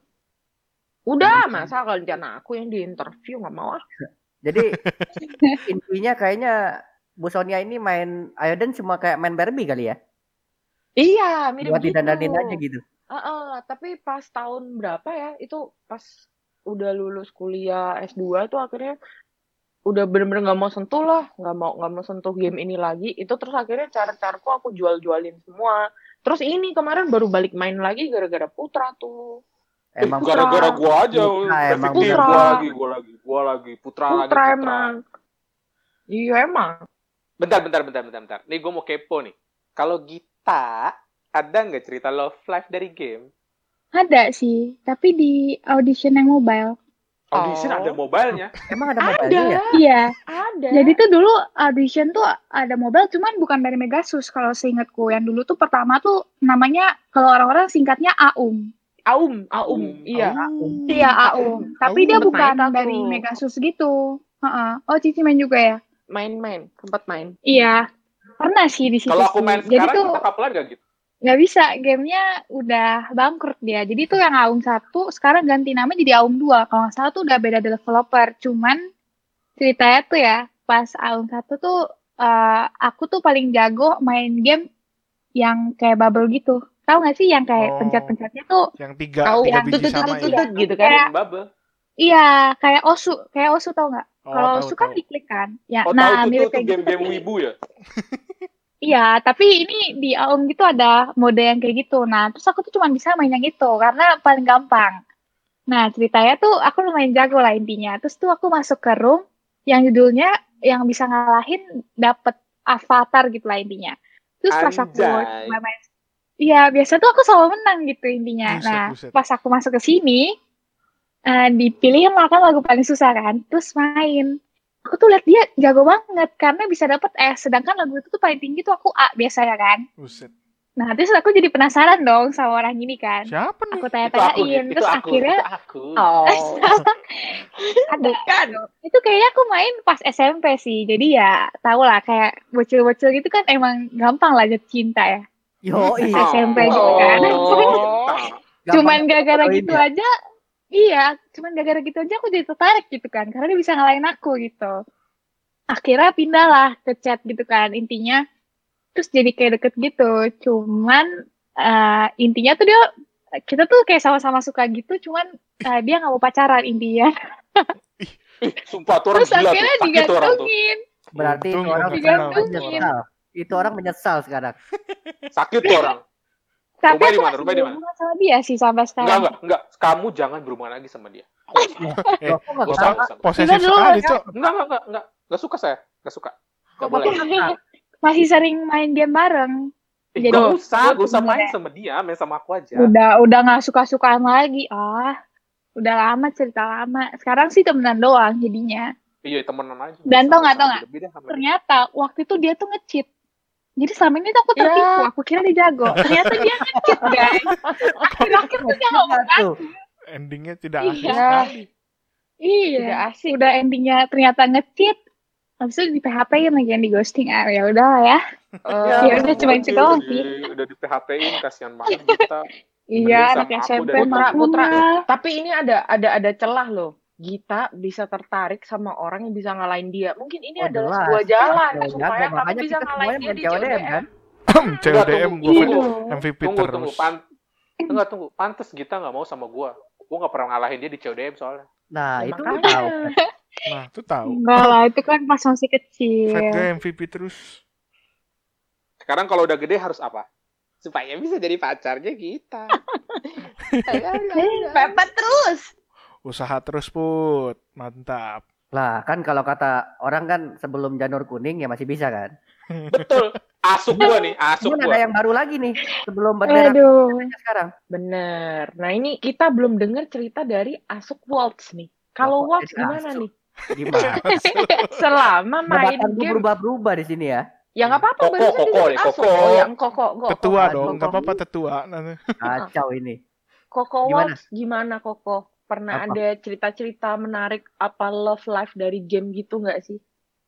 Udah, masa kalau rencana aku yang di interview nggak mau ah. Jadi intinya kayaknya Bu Sonia ini main Ayoden cuma kayak main Barbie kali ya? Iya, mirip Buat gitu. didandanin aja gitu. Uh-uh, tapi pas tahun berapa ya, itu pas udah lulus kuliah S dua itu akhirnya udah bener-bener nggak mau sentuh lah, nggak mau nggak mau sentuh game ini lagi. Itu terus akhirnya cara-caraku aku jual-jualin semua. Terus ini kemarin baru balik main lagi gara-gara Putra tuh. Emang Putra. Gara-gara gua aja, Putra emang efektif. Putra. Gua lagi, gua lagi, gua lagi, putra, lagi, Putra putra. emang. Iya emang. Bentar, bentar, bentar, bentar, bentar. Nih gua mau kepo nih. Kalau Gita, ada nggak cerita love life dari game? Ada sih, tapi di audition yang mobile. Audition Oh. ada mobile-nya. emang ada Ada, mobile ya? Iya. ada. Jadi tuh dulu audition tuh ada mobile, cuman bukan dari Megasus kalau seingatku. Yang dulu tuh pertama tuh namanya kalau orang-orang singkatnya Aum. Aum, Aum, Aum. iya. Aum. Iya Aum. Tapi dia Sempet bukan main aku. dari Megasus gitu. Heeh. Oh Cici main juga ya? Main-main, sempat main. Iya. Pernah sih di situ. Kalau aku sih. main Jadi sekarang, tuh kita kapelan nggak gitu? nggak bisa, gamenya udah bangkrut dia. Jadi tuh yang Aum satu sekarang ganti nama jadi Aum dua. Kalau nggak salah tuh udah beda developer. Cuman ceritanya tuh ya pas Aum satu tuh eh, aku tuh paling jago main game yang kayak bubble gitu. Tahu nggak sih yang kayak Oh. pencet-pencetnya tuh? Yang tiga, Tahu tiga yang biji tutut sama tutut ya. tutut gitu kan. Kayak- Game bubble. Iya, kayak Osu, kayak Osu tau nggak? Oh, Kalau tahu, Osu kan tahu. diklik kan. Ya, Oh, nah tahu tuh, mirip tuh, tuh kayak gitu. game-game tapi- wibu ya? Iya, tapi ini di Aum gitu ada mode yang kayak gitu. Nah, terus aku tuh cuma bisa main yang itu karena paling gampang. Nah, ceritanya tuh aku lumayan jago lah intinya. Terus tuh aku masuk ke room yang judulnya yang bisa ngalahin dapet avatar gitu lah intinya. Terus pas aku Anjay. coba main, iya biasa tuh aku selalu menang gitu intinya. Buset, Nah, buset. pas aku masuk ke sini, eh, dipilih lah kan lagu paling susah kan. Terus main. Aku tuh lihat dia jago banget karena bisa dapet S. Sedangkan lagu itu tuh paling tinggi tuh aku A biasanya kan. Buset. Nah, terus aku jadi penasaran dong sama orang ini kan. Siapa nih? Aku Itu aku, tanya-tanyain, itu terus aku, akhirnya itu aku. Oh. ada kan. Itu kayaknya aku main pas S M P sih. Jadi ya tau lah kayak bocil-bocil gitu kan emang gampang lah jatuh cinta ya. Yo, iya. S M P gitu kan. Oh. Cuman gara-gara Gampang gitu ya. aja, iya, cuman gara-gara gitu aja aku jadi tertarik gitu kan. Karena dia bisa ngalahin aku gitu. Akhirnya pindah lah ke chat gitu kan intinya. Terus jadi kayak deket gitu. Cuman eh, intinya tuh dia kita tuh kayak sama-sama suka gitu. Cuman eh, dia nggak mau pacaran intinya. Ih, sumpah tuh orang Terus gila tuh. akhirnya Sakit tuh orang tuh. digantungin. Berarti itu Untung orang nggak sekarang kenal. menyesal. Itu orang menyesal sekarang. Sakit tuh orang. Tapi Rumah di aku mana? masih Rumah di mana? berhubungan sama dia sih sampai Enggak, sekarang. enggak, enggak. Kamu jangan berhubungan lagi sama dia. Aku nggak suka. Eh, Loh, kok nggak Bapak- salah? Bapak- posesif Kita dulu sekali, ya. Cok. Enggak, enggak, enggak, enggak. Enggak suka saya. Enggak suka. Enggak Kok boleh. Bapak kenal? Masih sering main game bareng. Eh, Jadi- Enggak usah, enggak usah main Sebenarnya. sama dia, main sama aku aja. Udah udah nggak suka-sukaan lagi. Ah, udah lama cerita lama. Sekarang sih temenan doang jadinya. Iya, temenan aja. Dan tau nggak, tau nggak? Lebih deh sama dia. Ternyata waktu itu dia tuh nge-cheat. Jadi selama ini tuh aku tertipu. Aku kira dia jago. Ternyata dia nge-cheat, guys. Akhir-akhir tuh dia ngomong Enggak tuh. Endingnya tidak Iya. asik sekali. Iya. Tidak asik. Udah endingnya ternyata nge-cheat. Habis itu di P H P-in lagi yang di ghosting. Ah, ya udah lah ya. Eh, Ya udah, cuma itu doang sih. Udah di P H P-in, kasihan banget kita. Iya, Mending anak sama aku S M P daripada Putra, mah. Putra. Tapi ini ada ada ada celah loh. Gita bisa tertarik sama orang yang bisa ngalahin dia. Mungkin ini Oh adalah jelas. sebuah jalan Jago, supaya jago. kamu Makanya bisa kita ngalahin semuanya dia main di C O D M C O D M. kan? C O D M Enggak, gue Iya tunggu. dong. M V P Tunggu, terus. tunggu. Pan Enggak, tunggu. Pantes Gita nggak mau sama gua. Gua nggak pernah ngalahin dia di C O D M soalnya. Nah, Ya, itu lu makanya. tahu. Nah, tuh tahu. Enggak lah, itu kan pas masih Fat kecil. guy M V P terus. Sekarang kalau udah gede harus apa? Supaya bisa jadi pacarnya Gita. Pepet terus. Usaha terus put. Mantap. Lah, kan kalau kata orang kan sebelum janur kuning ya masih bisa kan? Betul. Asuk gua nih, asuk Cuman ada gua. yang baru lagi nih sebelum bendera Aduh. sekarang. Bener. Nah ini kita belum dengar cerita dari Asuk Waltz nih. Kalau Loh, kok Waltz jadi gimana Asuk? nih? Gimana? Selama main Jabatan gue game. berubah-berubah di sini ya. Ya nggak apa-apa. Koko, barusan koko disebut nih, Asuk. koko. Oh ya koko. koko Tetua koko, dong, koko. nggak apa-apa tetua. Nanti. Kacau ini. Koko Gimana? Waltz gimana Koko? Pernah Apa? ada cerita-cerita menarik apa love life dari game gitu nggak sih?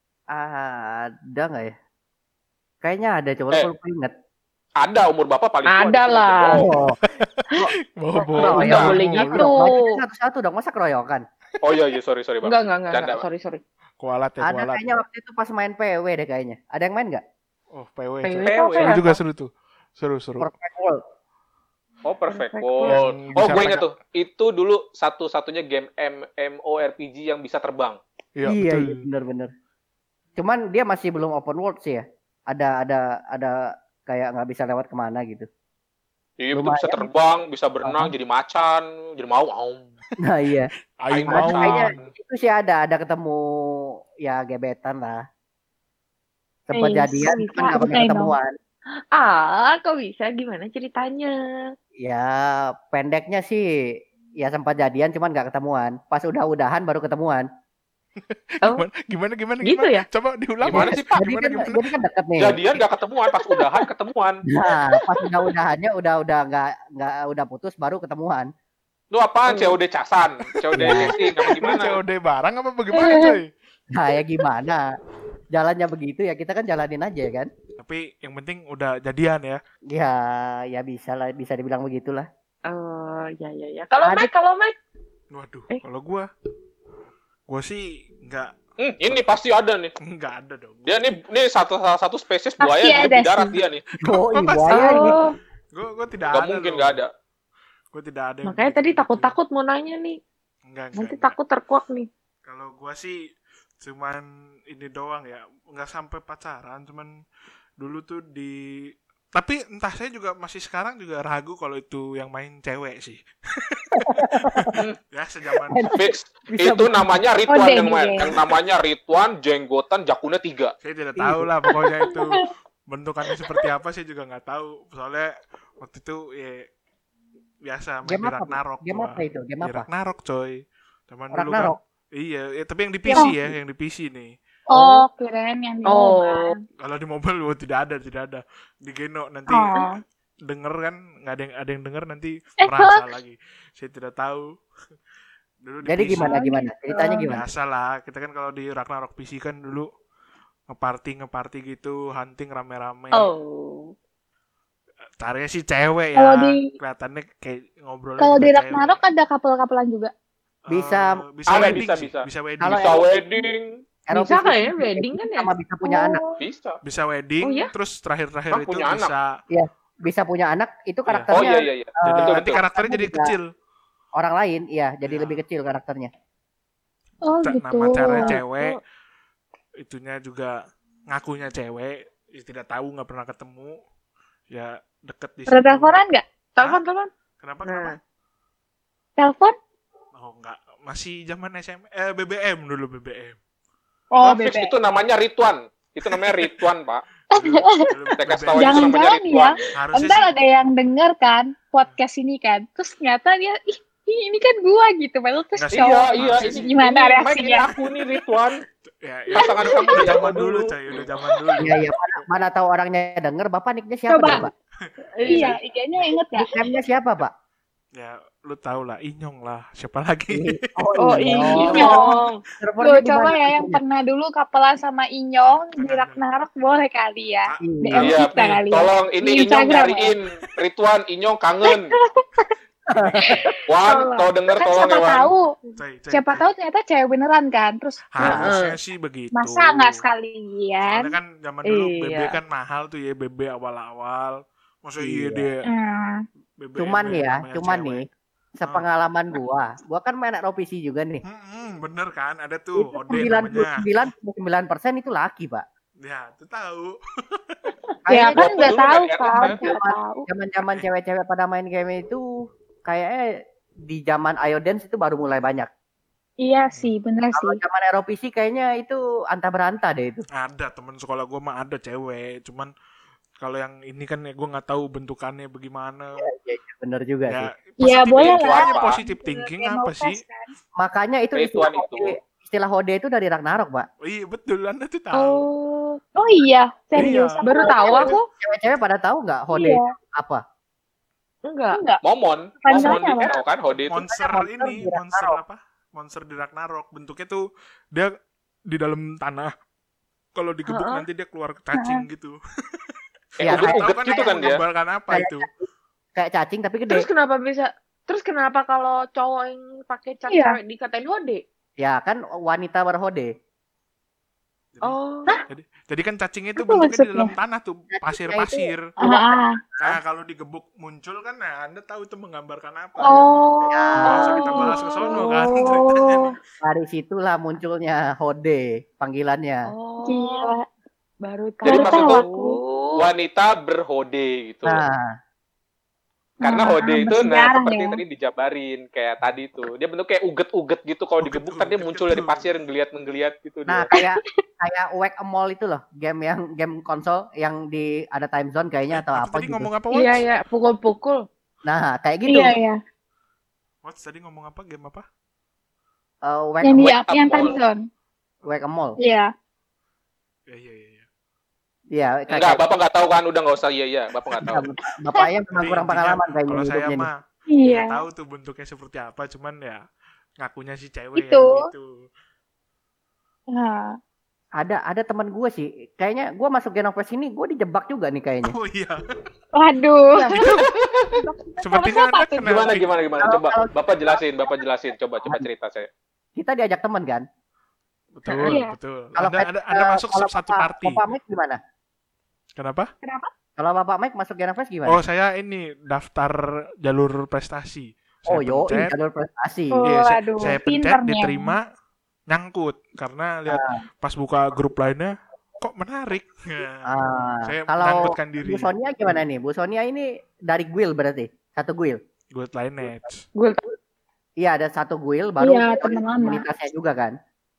Ada nggak ya? Kayaknya ada, coba Eh. aku lupa inget. Ada umur bapak paling tua. Ada di sini. lah. Oh, Bawa Nggak, bawa. nggak boleh Enggak. gitu. Berarti satu-satu dong, masa keroyokan? oh iya, iya, sorry, sorry bang. Enggak, enggak, enggak, Canda, enggak. Bang. Sorry, sorry. Kualat ya, Ada kualat. kayaknya waktu itu pas main P W deh kayaknya. Ada yang main nggak? Oh, P W. P W coy. itu apa Seru ya? juga seru tuh. Seru, seru. Perfect World. Oh, perfect Perfect World. Yang Oh, bisa gue ingat pakai- tuh. Itu dulu satu-satunya game M MMORPG yang bisa terbang. Iya, iya, betul. iya, bener-bener. Cuman dia masih belum open world sih ya. Ada ada ada kayak nggak bisa lewat kemana gitu. Iya, itu Lumayan. bisa terbang, bisa berenang, Uh-huh. jadi macan, jadi mau. au. Nah iya. Aing Aing mau. macan. Kayaknya itu sih ada ada ketemu ya gebetan lah. Sempat Eh, jadian bisa, cuman nggak pernah bisa, ketemuan. Ah, kok bisa? Gimana ceritanya? Ya pendeknya sih ya sempat jadian cuman nggak ketemuan. Pas udah-udahan baru ketemuan. Oh, Gimana, gimana, gimana, gitu gimana? ya? Coba diulang. Gimana sih, Pak? Jadi Gimana, kan gimana? jadi kan deket nih. Jadian gak ketemuan, pas udahan ketemuan. Nah pas udah-udahannya udah udah nggak nggak udah putus baru ketemuan. Lu apaan? C O D casan? C O D Ya. casing? Apa Gimana? gimana? C O D barang apa bagaimana, coy? Nah ya gimana? Jalannya begitu ya kita kan jalanin aja ya kan. Tapi yang penting udah jadian ya. Ya ya bisa lah bisa dibilang begitulah. Oh, ya, ya, ya. Kalau Ada- Mike, kalau Mike, Waduh, Eh. kalau gua gua sih nggak Hmm, ini pasti ada nih. nggak ada dong. Dia nih, nih satu salah satu spesies Pasti buaya yang hidup ada di darat sih. dia nih. Oh Apa iya ya. oh, Gua gua tidak Gak ada. mungkin dong. gak ada. Gua tidak ada. yang makanya tadi begitu-begitu. takut-takut mau nanya nih. Enggak, enggak. Nanti enggak. takut terkuak nih. Kalau gua sih cuman ini doang ya, nggak sampai pacaran, cuman dulu tuh di tapi entah saya juga masih sekarang juga ragu kalau itu yang main cewek sih. Ya sejaman Fix. Bisa Itu namanya Rituan Oh, yang main. Deng, Yang namanya Rituan, jenggotan, jakunnya tiga. saya tidak tahu lah pokoknya itu bentukannya seperti apa sih juga nggak tahu. Soalnya waktu itu ya biasa main Game di apa? Ragnarok. Game gua. apa itu? Game Di apa? Ragnarok coy. Zaman dulu Ragnarok. kan. Iya, ya, tapi yang di P C ya, yang di P C nih. Oh, kirain yang di Oh. mobile. Kalau di mobile oh, tidak ada, tidak ada. Di Geno nanti Oh. denger kan nggak ada yang ada yang denger nanti Eh, merasa lagi. Saya tidak tahu. Dulu di Jadi P C. gimana gimana? Ceritanya gimana? Biasa lah, kita kan kalau di Ragnarok P C kan dulu ngeparty ngeparty gitu, hunting rame-rame. Oh. Carinya sih cewek ya. Kalau di- Kelihatannya kayak ngobrol. Kalau di Ragnarok ada couple-couplean juga. Bisa- bisa Ada, wedding bisa, sih. bisa. Bisa wedding. Kalau Bisa wedding. R O P Bisa sih kayaknya wedding kan ya? sama bisa punya Oh. anak. Bisa. Bisa wedding, Oh, iya? terus terakhir-terakhir Kan itu punya anak. bisa Bisa punya anak itu Iya. Oh karakternya iya, iya, iya. eh, Betul, nanti betul. karakternya jadi Bisa. kecil. orang lain, iya, jadi Ya. lebih kecil karakternya. Oh, Ca- gitu. Nama caranya cewek, itunya juga ngakunya cewek, ya tidak tahu nggak pernah ketemu, ya deket di Pernah situ. teleponan nggak? Telepon, telepon. Kenapa? Nah. Kenapa? Telepon? Oh nggak, masih zaman S M, eh B B M dulu B B M. Oh, Oh, fix, B B. itu namanya Rituan. Itu namanya Rituan, Pak. Dulu, dulu Saya kasih B B M. tahu itu namanya Jangan-jangan Rituan. Harusnya Entar sih, ada yang denger kan podcast ini kan. Terus ternyata dia, ih, ih, ini kan gua gitu. Padahal terus Nggak sih. cowok. Iya, iya. Harusnya Ini sih. Gimana ini, reaksinya? Mike, ini aku nih Rituan. ya, ya, Pasangan kamu udah dari zaman zaman dulu, dulu. coy, udah zaman dulu. Iya, iya, mana, mana tahu orangnya denger, Bapak nicknya siapa Coba. coba? Iya, I G-nya inget ya? Nickname-nya siapa, Pak? Ya, lu tau lah, Inyong lah. Siapa lagi? Oh, Inyong. Inyong. Servernya Loh, di coba mana ya yang servernya? pernah dulu kapalan sama Inyong di Jangan, Ragnarok boleh kali ya. Ah, D M Iya. Iya, kita nih, kali ya. tolong ini Di Inyong Instagram, nyariin Rituan, Inyong kangen. Wan, Tolong. kalau denger Kan tolong siapa ya Wan. tahu, Coy, coy, siapa coy. tahu ternyata cewek beneran kan. Terus Harusnya sih begitu. masa nggak sekalian? Soalnya kan zaman dulu B B Iya. kan mahal tuh ya, B B awal-awal. Masa iya Iya. dia Hmm. B B Cuman M ya, namanya cuman cewek. nih, sepengalaman gua, gua kan main R P C juga nih. Hmm, bener kan, ada tuh Itu Hode sembilan puluh namanya. sembilan koma sembilan persen itu laki, Pak. Ya, itu tahu. Ya Kayaknya kan waktu nggak dulu tahu dari kan, Atlanta. nggak tahu. zaman-zaman cewek-cewek pada main game itu kayaknya di zaman Iodance itu baru mulai banyak. Iya sih, bener Kalau sih. zaman R P C kayaknya itu anta beranta deh itu. Ada temen sekolah gue mah ada cewek, cuman kalau yang ini kan ya gue nggak tahu bentukannya bagaimana. Iya, iya, bener juga sih. Ya, Ya, positive boleh thinking lah. aja, positive thinking Game apa of sih? Thrones kan. Makanya itu Rituan istilah itu. hode, istilah hode itu dari Ragnarok, Pak. Oh, iya betul, Anda tuh tahu. Oh, Oh iya, serius. Iya. baru tahu aku. Cewek-cewek pada tahu nggak hode Iya. itu apa? Enggak. Enggak. Momon, Panjangnya Momon di apa? Hero kan Hode itu. Monster monster ini, di monster Ragnarok. apa? Monster di Ragnarok. Bentuknya tuh dia di dalam tanah. Kalau digebuk Ha-ha. nanti dia keluar cacing gitu. Iya, Kayak uget-uget Tahu gitu kan dia. menggambarkan apa Kayak itu? Kayak cacing tapi gede. Terus kenapa bisa? Terus kenapa kalau cowok yang pakai cat Iya. cewek dikatain hode? Ya kan wanita berhode. Jadi, Oh, jadi, jadi kan cacing itu Apa bentuknya di maksudnya? dalam tanah tuh, pasir-pasir. Ah, ah. Nah, kalau digebuk muncul kan, nah Anda tahu itu menggambarkan apa ya? Oh. Nggak usah kita bahas ke sono kan ceritanya nih. Dari situlah munculnya hode panggilannya. oh, Gila. baru tahu. Jadi Baru maksud tahu tuh aku. wanita berhode gitu. Nah, Karena Ah, hode itu nah bersejarah seperti ya. yang tadi dijabarin kayak tadi tuh. Dia bentuk kayak uget-uget gitu kalau digebuk kan dia Uget-uget muncul dari gitu. pasir menggeliat-menggeliat gitu nah dia. kayak kayak Whack a Mole itu loh, game yang game konsol yang di ada time zone kayaknya atau Apa apa tadi gitu. ngomong apa, Watch? Iya, ya, pukul-pukul. Nah, kayak gitu. Iya, iya. Watch tadi ngomong apa? Game apa? Uh, Whack Yang a di Wake up yang Mall. time zone. Whack a Mole. Iya. Ya, iya, iya. iya. Iya, kayak Enggak, Bapak nggak tahu kan, udah nggak usah iya iya, Bapak nggak tahu. bapaknya memang Tapi kurang intinya, pengalaman kayaknya Kalau saya hidupnya nih. mah Iya. nggak tahu tuh bentuknya seperti apa, cuman ya ngakunya si cewek Itu. yang gitu. Nah, Ada ada teman gue sih, kayaknya gue masuk Genoves ini gue dijebak juga nih kayaknya. Oh iya. waduh. Sepertinya Anda kena Gimana gimana gimana? Kalau- Coba kalau- Bapak jelasin, Bapak jelasin. Coba coba cerita saya. Kita diajak teman kan. Betul, Iya. betul. Kalau Anda, pet- anda, anda eh, masuk kalau satu Bapak- party. Bapak Mike gimana? Kenapa? Kalau Bapak Mike masuk Genoves gimana? Oh, saya ini daftar jalur prestasi. Saya Oh, yo, pencet, jalur prestasi. Oh, iya, saya, aduh, saya pencet, pinternya. diterima, nyangkut. Karena lihat Ah. pas buka grup lainnya, kok menarik. Nah, Ah, saya kalau menyangkutkan diri. Bu Sonia gimana nih? Bu Sonia ini dari guild berarti, satu guild. Good lineage. Gue Iya, ada satu guild baru Iya, teman lama. komunitasnya juga kan.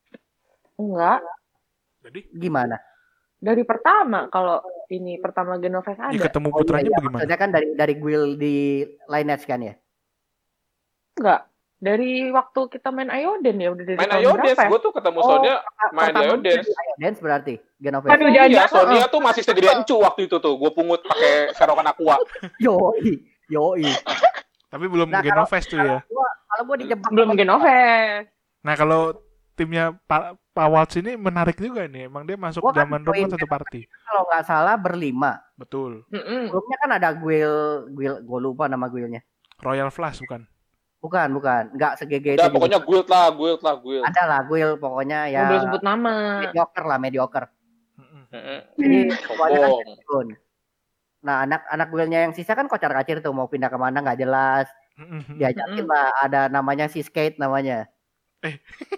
enggak. Jadi, Gimana? Dari pertama kalau ini pertama Genoves ya ada. ketemu Oh, putranya iya, iya. bagaimana? Maksudnya kan dari dari guild di Lineage kan ya? Enggak. Dari waktu kita main Ioden ya udah dari Main tahun Iodance, berapa ya? gue tuh ketemu Sonia main Pertama Iodance. di Dance berarti Genoves. Aduh, Iya, jangan Sonia tuh masih segede encu waktu itu tuh. Gue pungut pakai serokan aqua. Yoi, yoi. Tapi belum Nah, Genoves tuh ya. Kalau gua dijebak Belum sama- Genoves. Nah, kalau timnya Pak Pak Waltz ini menarik juga nih. Emang dia masuk Gua kan zaman dulu join kan satu party. kalau nggak salah berlima. Betul. Mm-mm. Sebelumnya kan ada guild, guild, gue lupa nama guildnya. Royal Flush bukan? Bukan, bukan, nggak segege itu. Udah juga. pokoknya guild lah, guild lah, guild. Ada lah guild pokoknya ya. Udah sebut nama. Mediocre lah, mediocre. Mm-mm. Heeh. Jadi Hmm. pokoknya kan Sombong. turun. Nah, anak-anak guildnya yang sisa kan kocar kacir tuh mau pindah kemana nggak jelas. Mm-mm. Diajakin lah, ada namanya si Skate namanya. Eh,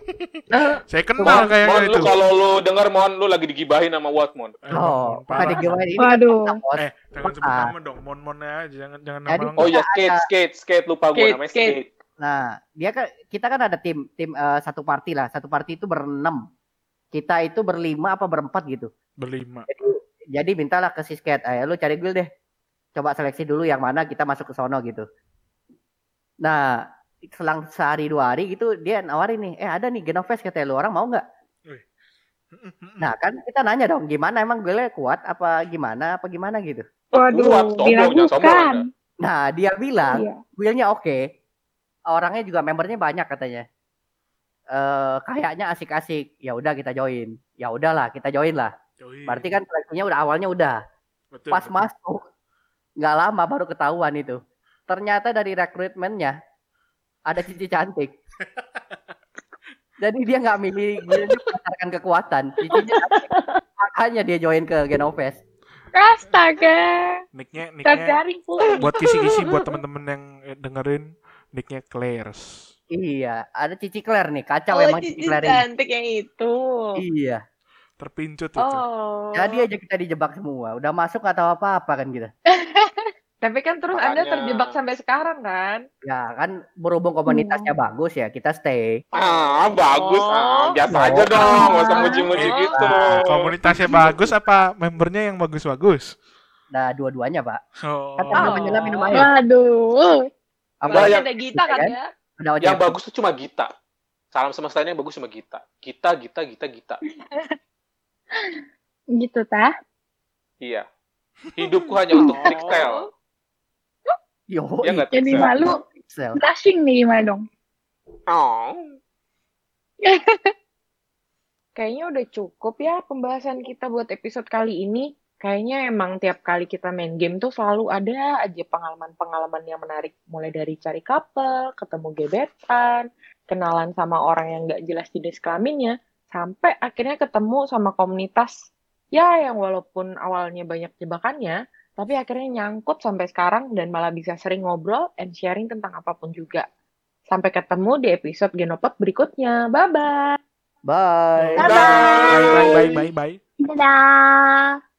Saya kenal Mon, kayaknya Mon, lu itu. kalau lu denger Mon, lu lagi digibahin sama Wat Mon. Eh, Oh, Mon, parah. ada gimana ini? Waduh. kan bos. Eh, jangan sebut Ah. nama dong. Mon-monnya aja, jangan jangan nama Jadi- lengkap. Oh iya, Ada- skate, skate, skate lupa gue Skate, namanya skate. skate. Nah, dia kan kita kan ada tim tim eh, satu party lah. Satu party itu berenam. Kita itu berlima apa berempat gitu. Berlima. Jadi mintalah ke si Skate, ayo lu cari guild deh. Coba seleksi dulu yang mana kita masuk ke sono gitu. Nah, selang sehari dua hari gitu dia nawarin nih, eh ada nih Genoves katanya lu orang mau nggak? Nah kan kita nanya dong, gimana emang guildnya kuat apa gimana apa gimana gitu. Waduh, Kuat, sombong, jangan sombong diragukan. Nah, dia bilang Iya. guildnya oke. Orangnya juga membernya banyak katanya. Eh kayaknya asik-asik. Ya udah kita join. Ya udahlah, kita join lah. Yoi. Berarti kan seleksinya udah awalnya udah. betul, Pas betul. masuk nggak lama baru ketahuan itu. Ternyata dari rekrutmennya ada Cici cantik. Jadi dia nggak milih guildnya berdasarkan kekuatan. Cicinya cantik. Makanya dia join ke Genovest. Astaga. Nicknya nicknya Terjaring pula. buat kisi-kisi buat teman-teman yang dengerin, nicknya Claire's. Iya, ada Cici Claire nih. Kacau Oh, emang Cici Cici Claire ini. cantik yang itu. Iya. Terpincut itu. Oh. Jadi aja kita dijebak semua. Udah masuk nggak tahu apa-apa kan kita. Tapi kan terus Anda Makanya- terjebak sampai sekarang kan? Ya kan berhubung komunitasnya bagus ya kita stay. Ah, bagus. Ah, biasa Oh. aja dong. Nggak usah muji-muji Oh. gitu. Nah, komunitasnya bagus apa membernya yang bagus-bagus? Nah dua-duanya pak. Oh. Kan sambil menyelam minum air. Waduh. Apa Enggak, Apalagi yang- ada Gita kan kan? ya? Ada ojek. Yang bagus tuh cuma Gita. Salam semestanya yang bagus cuma Gita. Gita, Gita, Gita, Gita. Gitu tah. Iya. Hidupku hanya untuk Tricktail. Yo, Iya nggak, Jadi Tricktail? malu. Pixel. Blushing nih gimana dong? Oh. Kayaknya udah cukup ya pembahasan kita buat episode kali ini. Kayaknya emang tiap kali kita main game tuh selalu ada aja pengalaman-pengalaman yang menarik. Mulai dari cari couple, ketemu gebetan, kenalan sama orang yang nggak jelas jenis kelaminnya, sampai akhirnya ketemu sama komunitas ya yang walaupun awalnya banyak jebakannya, tapi akhirnya nyangkut sampai sekarang dan malah bisa sering ngobrol and sharing tentang apapun juga. Sampai ketemu di episode Genopod berikutnya. Bye-bye! Bye. Bye bye bye bye bye. Dadah.